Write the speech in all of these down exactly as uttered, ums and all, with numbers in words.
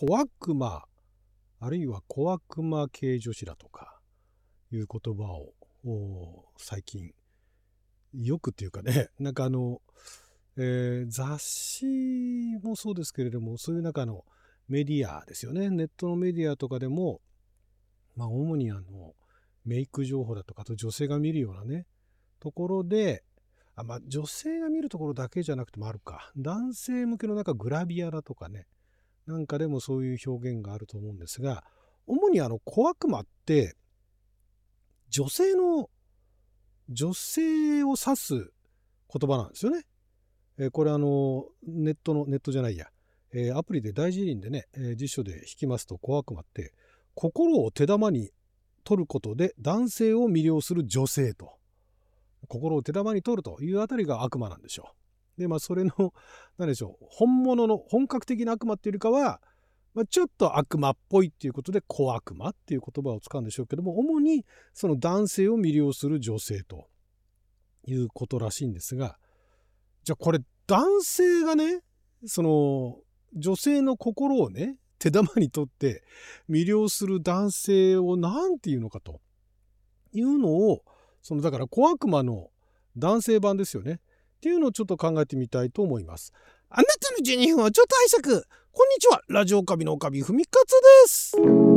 小悪魔、あるいは小悪魔系女子だとかいう言葉を最近よくっていうかね、なんかあの、えー、雑誌もそうですけれども、そういう中のメディアですよね。ネットのメディアとかでも、まあ主にあのメイク情報だとか、あと女性が見るようなね、ところで、あまあ、女性が見るところだけじゃなくてもあるか。男性向けのなんかグラビアだとかね、なんかでもそういう表現があると思うんですが、主にあの小悪魔って女性の女性を指す言葉なんですよね。えーこれあのネットのネットじゃないや、えーアプリで大辞林でね、えー辞書で引きますと、小悪魔って心を手玉に取ることで男性を魅了する女性と、心を手玉に取るというあたりが悪魔なんでしょう。でまあそれの何でしょう、本物の本格的な悪魔っていうよりかは、まあ、ちょっと悪魔っぽいっていうことで小悪魔っていう言葉を使うんでしょうけども、主にその男性を魅了する女性ということらしいんですが、じゃあこれ男性がね、その女性の心をね手玉に取って魅了する男性を何て言うのかというのを、そのだから小悪魔の男性版ですよねっていうのをちょっと考えてみたいと思います。あなたのじゅうにふんはちょっと拝借。こんにちは、ラジオカビのカビふみかつです。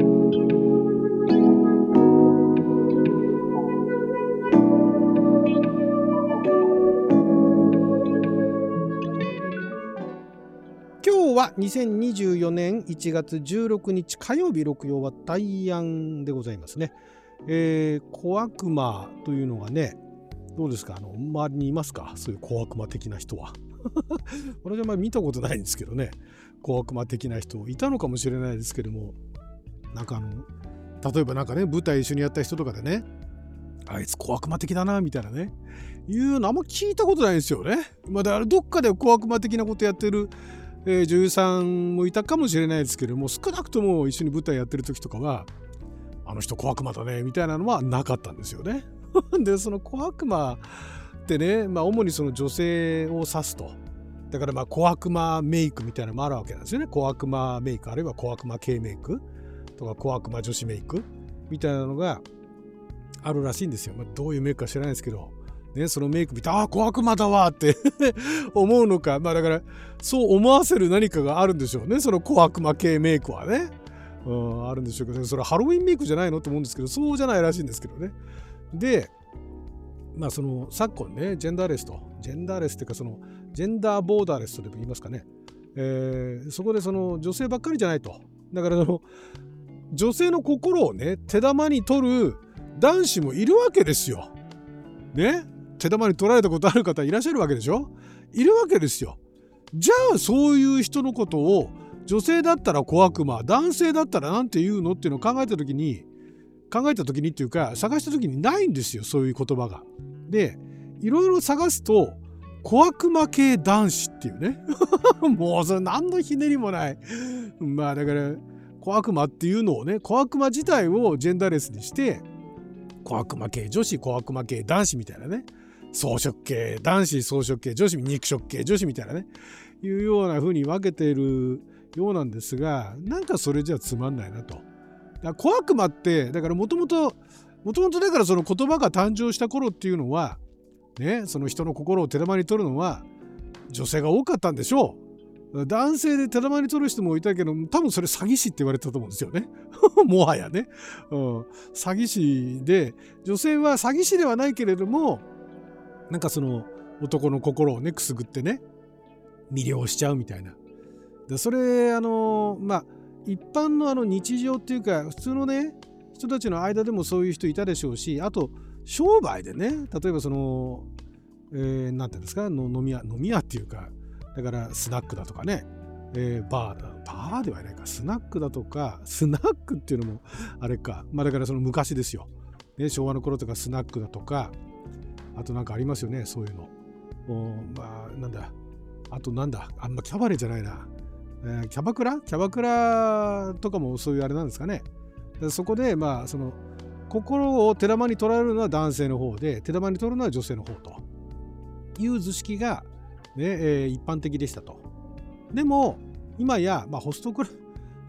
今日はにせんにじゅうよねんいちがつじゅうろくにち火曜日、六曜は大安でございますね。えー、小悪魔というのがね、どうですか、あの周りにいますか、そういう小悪魔的な人は。私はあんまり見たことないんですけどね、小悪魔的な人いたのかもしれないですけども、なんかあの例えばなんかね、舞台一緒にやった人とかでね、あいつ小悪魔的だなみたいなね、いうのあんま聞いたことないんですよね。まあだからどっかで小悪魔的なことやってる、えー、女優さんもいたかもしれないですけども、少なくとも一緒に舞台やってる時とかは、あの人小悪魔だねみたいなのはなかったんですよね。でその小悪魔ってね、まあ主にその女性を指すと。だからまあ小悪魔メイクみたいなのもあるわけなんですよね。小悪魔メイク、あるいは小悪魔系メイクとか小悪魔女子メイクみたいなのがあるらしいんですよ。まあ、どういうメイクか知らないですけど、ね、そのメイク見て、ああ小悪魔だわって思うのか、まあだからそう思わせる何かがあるんでしょうね、その小悪魔系メイクはね。うん、あるんでしょうけど、それハロウィンメイクじゃないのと思うんですけど、そうじゃないらしいんですけどね。で、まあその昨今ね、ジェンダーレスと、ジェンダーレスっていうか、そのジェンダーボーダーレスとでも言いますかね、えー、そこでその女性ばっかりじゃないと。だからその女性の心をね手玉に取る男子もいるわけですよ。ね、手玉に取られたことある方いらっしゃるわけでしょ。いるわけですよ。じゃあそういう人のことを女性だったら小悪魔、男性だったらなんて言うのっていうのを考えた時に考えた時にっていうか探した時にないんですよ、そういう言葉が。でいろいろ探すと小悪魔系男子っていうねもうそれ何のひねりもない。まあだから小悪魔っていうのをね、小悪魔自体をジェンダーレスにして小悪魔系女子、小悪魔系男子みたいなね、草食系男子、草食系女子、肉食系女子みたいなね、いうような風に分けているようなんですが、なんかそれじゃつまんないなと。だから小悪魔ってだからもともともともとだからその言葉が誕生した頃っていうのはね、その人の心を手玉に取るのは女性が多かったんでしょう。男性で手玉に取る人もいたけど、多分それ詐欺師って言われたと思うんですよね。もはやね、うん、詐欺師で、女性は詐欺師ではないけれども、なんかその男の心をねくすぐってね魅了しちゃうみたいな。でそれあのまあ一般のあの日常っていうか普通のね人たちの間でもそういう人いたでしょうし、あと商売でね、例えばその、えー、なんていうんですか、の飲み屋飲み屋っていうか、だからスナックだとかね、えー、バーだバーではないか、スナックだとか、スナックっていうのもあれか、まあだからその昔ですよ、ね、昭和の頃とかスナックだとか、あとなんかありますよね、そういうの。おまあなんだ、あとなんだ、あんまキャバレーじゃないな、えー、キャバクラキャバクラとかもそういうあれなんですかね。でそこでまあその心を手玉に取られるのは男性の方で、手玉に取るのは女性の方という図式が、ねえー、一般的でしたと。でも今や、まあ、ホストクラ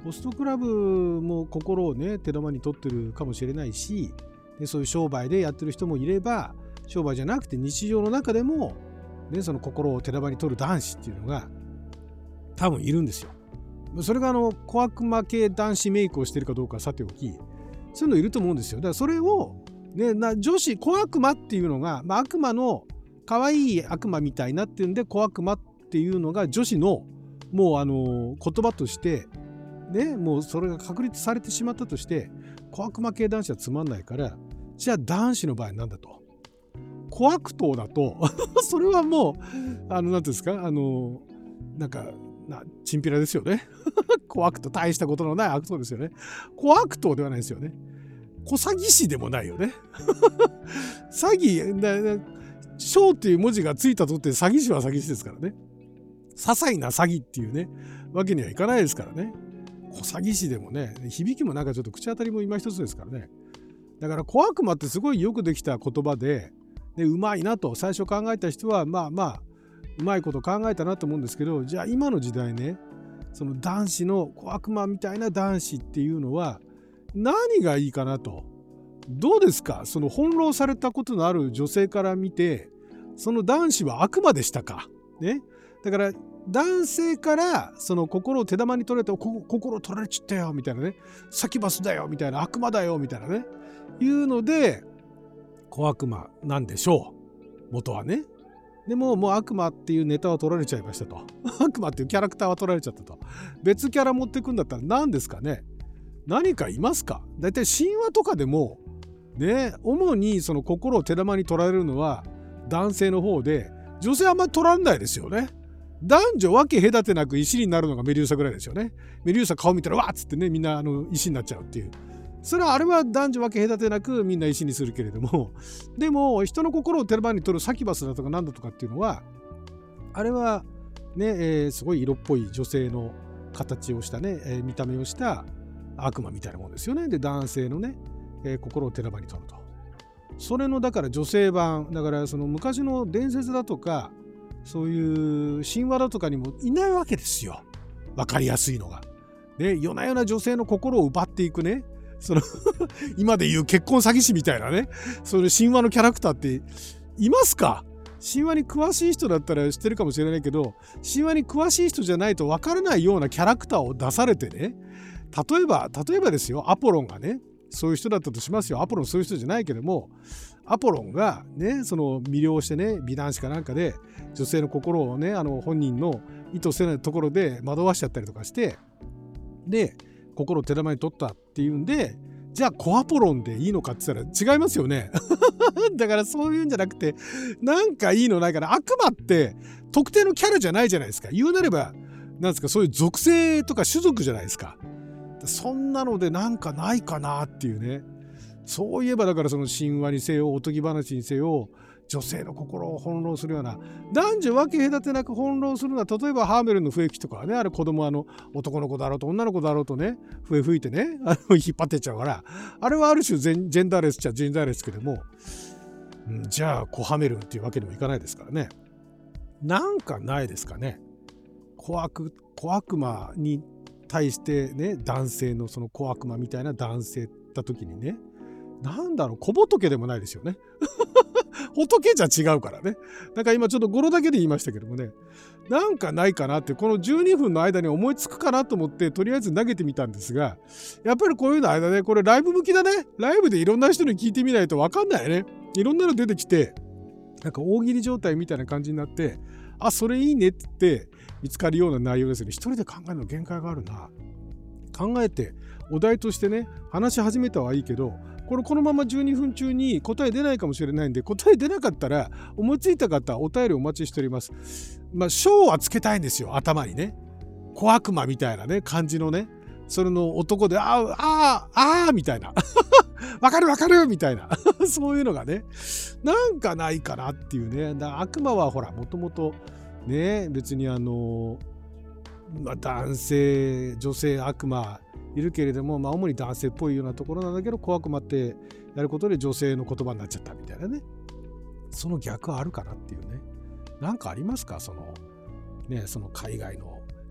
ホストクラブも心をね手玉に取ってるかもしれないし、でそういう商売でやってる人もいれば、商売じゃなくて日常の中でも、ね、その心を手玉に取る男子っていうのが多分いるんですよ。それがあの小悪魔系男子メイクをしてるかどうかはさておき、そういうのいると思うんですよ。だからそれを、ね、な女子小悪魔っていうのが、まあ、悪魔の可愛い悪魔みたいなっていうんで小悪魔っていうのが女子のもうあの言葉としてね、もうそれが確立されてしまったとして、小悪魔系男子はつまんないから、じゃあ男子の場合なんだと、小悪党だとそれはもうあの何ていうんですか、あのなんかなチンピラですよね小悪党、大したことのない悪党ですよね。小悪党ではないですよね。小詐欺師でもないよね詐欺だ、小っていう文字がついたとって詐欺師は詐欺師ですからね。些細な詐欺っていうねわけにはいかないですからね。小詐欺師でもね、響きもなんかちょっと口当たりも今一つですからね。だから小悪魔ってすごいよくできた言葉で、でうまいなと最初考えた人はまあまあうまいこと考えたなと思うんですけど、じゃあ今の時代ね、その男子の小悪魔みたいな男子っていうのは何がいいかなと。どうですか、その翻弄されたことのある女性から見て、その男子は悪魔でしたかね。だから男性からその心を手玉に取れて、心を取られちゃったよみたいなね、サキュバスだよみたいな、悪魔だよみたいなね、いうので小悪魔なんでしょう、元はね。でももう悪魔っていうネタは取られちゃいましたと悪魔っていうキャラクターは取られちゃったと。別キャラ持ってくんだったら何ですかね。何かいますか。だいたい神話とかでもね、主にその心を手玉に取られるのは男性の方で、女性はあんまり取られないですよね。男女分け隔てなく石になるのがメデューサぐらいですよね。メデューサ顔見たらわっつってね、みんなあの石になっちゃうっていう。それはあれは男女分け隔てなくみんな石にするけれども、でも人の心を手玉に取るサキュバスだとかなんだとかっていうのは、あれはね、えー、すごい色っぽい女性の形をしたね、えー、見た目をした悪魔みたいなもんですよね。で男性のね、えー、心を手玉に取ると。それのだから女性版だから、その昔の伝説だとかそういう神話だとかにもいないわけですよ。わかりやすいのが。ね、夜な夜な女性の心を奪っていくね、その今で言う結婚詐欺師みたいなね、そういう神話のキャラクターっていますか。神話に詳しい人だったら知ってるかもしれないけど、神話に詳しい人じゃないとわからないようなキャラクターを出されてね、例えば例えばですよ、アポロンがねそういう人だったとしますよ。アポロンそういう人じゃないけども、アポロンがねその魅了してね、美男子かなんかで女性の心をね、あの本人の意図せないところで惑わしちゃったりとかして、で心を手玉に取ったっていうんで、じゃあコアポロンでいいのかって言ったら違いますよねだからそういうんじゃなくて、なんかいいのないから。悪魔って特定のキャラじゃないじゃないですか。言うなればなんですか、そういう属性とか種族じゃないですか。そんなのでなんかないかなっていうね。そういえばだからその神話にせよおとぎ話にせよ、女性の心を翻弄するような、男女分け隔てなく翻弄するのは、例えばハーメルンの笛吹きとかはね、あれ子供はあの男の子だろうと女の子だろうとね、笛吹いてね、あの引っ張ってっちゃうから、あれはある種ジェンダーレスっちゃジェンダーレスけども、うん、じゃあコハメルンっていうわけにもいかないですからね。なんかないですかね。小悪小悪魔に対してね、男性のその小悪魔みたいな男性った時にね、なんだろう、小仏でもないですよね仏じゃ違うからね。なんか今ちょっと語呂だけで言いましたけどもね、なんかないかなって、このじゅうにふんの間に思いつくかなと思ってとりあえず投げてみたんですが、やっぱりこういうの間ね、これライブ向きだね。ライブでいろんな人に聞いてみないと分かんないよね。いろんなの出てきて、なんか大喜利状態みたいな感じになって、あ、それいいねって言って見つかるような内容ですね。一人で考えるの限界があるな。考えてお題としてね話し始めたはいいけど、これこのままじゅうにふん中に答え出ないかもしれないんで、答え出なかったら思いついた方お便りお待ちしております。まあ章はつけたいんですよ、頭にね。小悪魔みたいなね感じのね、それの男であーあーあーみたいなわかるわかるみたいなそういうのがね、なんかないかなっていうね。だ悪魔はほらもともとね、別にあのまあ、男性女性悪魔いるけれども、まあ、主に男性っぽいようなところなんだけど、小悪魔ってやることで女性の言葉になっちゃったみたいなね。その逆あるかなっていうね。なんかありますか、そのね、その海外の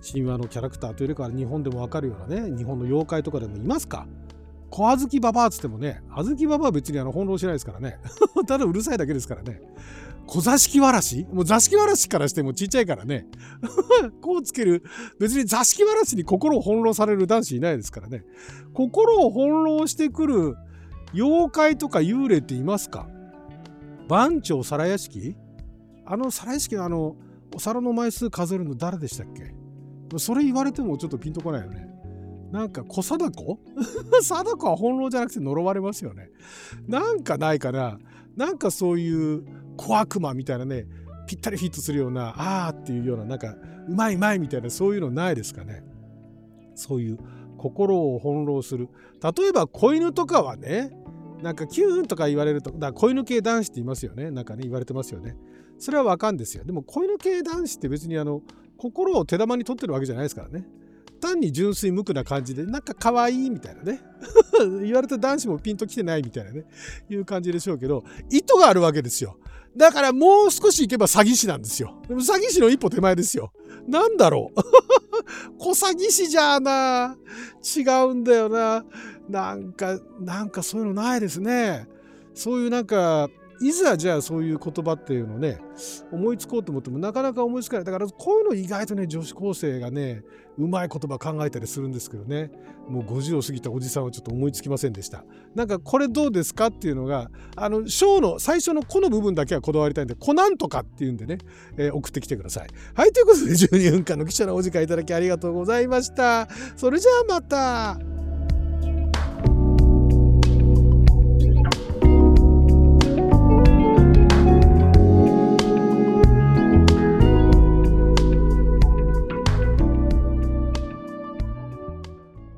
神話のキャラクターというよりかは日本でもわかるようなね、日本の妖怪とかでもいますか。小あずきババアっつってもね、あずきババアは別にあの翻弄しないですからね。ただうるさいだけですからね。小座敷わらし、もう座敷わらしからしてもちっちゃいからね。こうつける、別に座敷わらしに心を翻弄される男子いないですからね。心を翻弄してくる妖怪とか幽霊っていますか。番長皿屋敷、あの皿屋敷のあのお皿の枚数数えるの誰でしたっけ。それ言われてもちょっとピンとこないよね。なんか小貞子貞子は翻弄じゃなくて呪われますよね。なんかないかな。なんかそういう小悪魔みたいなね、ぴったりフィットするような、あーっていうような、なんかうまいうまいみたいな、そういうのないですかね。そういう心を翻弄する。例えば子犬とかはね、なんかキューンとか言われると、だから子犬系男子って言いますよね。なんかね、言われてますよね。それはわかんですよ。でも子犬系男子って別にあの心を手玉に取ってるわけじゃないですからね。単に純粋無垢な感じで、なんか可愛いみたいなね。言われた男子もピンときてないみたいなね、いう感じでしょうけど、意図があるわけですよ。だからもう少し行けば詐欺師なんですよ。でも詐欺師の一歩手前ですよ。なんだろう。小詐欺師じゃあな。違うんだよな。なんか、なんかそういうのないですね。そういうなんか、いざじゃあそういう言葉っていうのをね、思いつこうと思ってもなかなか思いつかない。だからこういうの意外とね、女子高生がね、うまい言葉考えたりするんですけどね、もうごじゅうを過ぎたおじさんはちょっと思いつきませんでした。なんかこれどうですかっていうのが、あの章の最初のこの部分だけはこだわりたいんで、こなんとかっていうんでね、えー、送ってきてください。はい、ということでじゅうにふんかんの貴重なお時間いただきありがとうございました。それじゃあまた。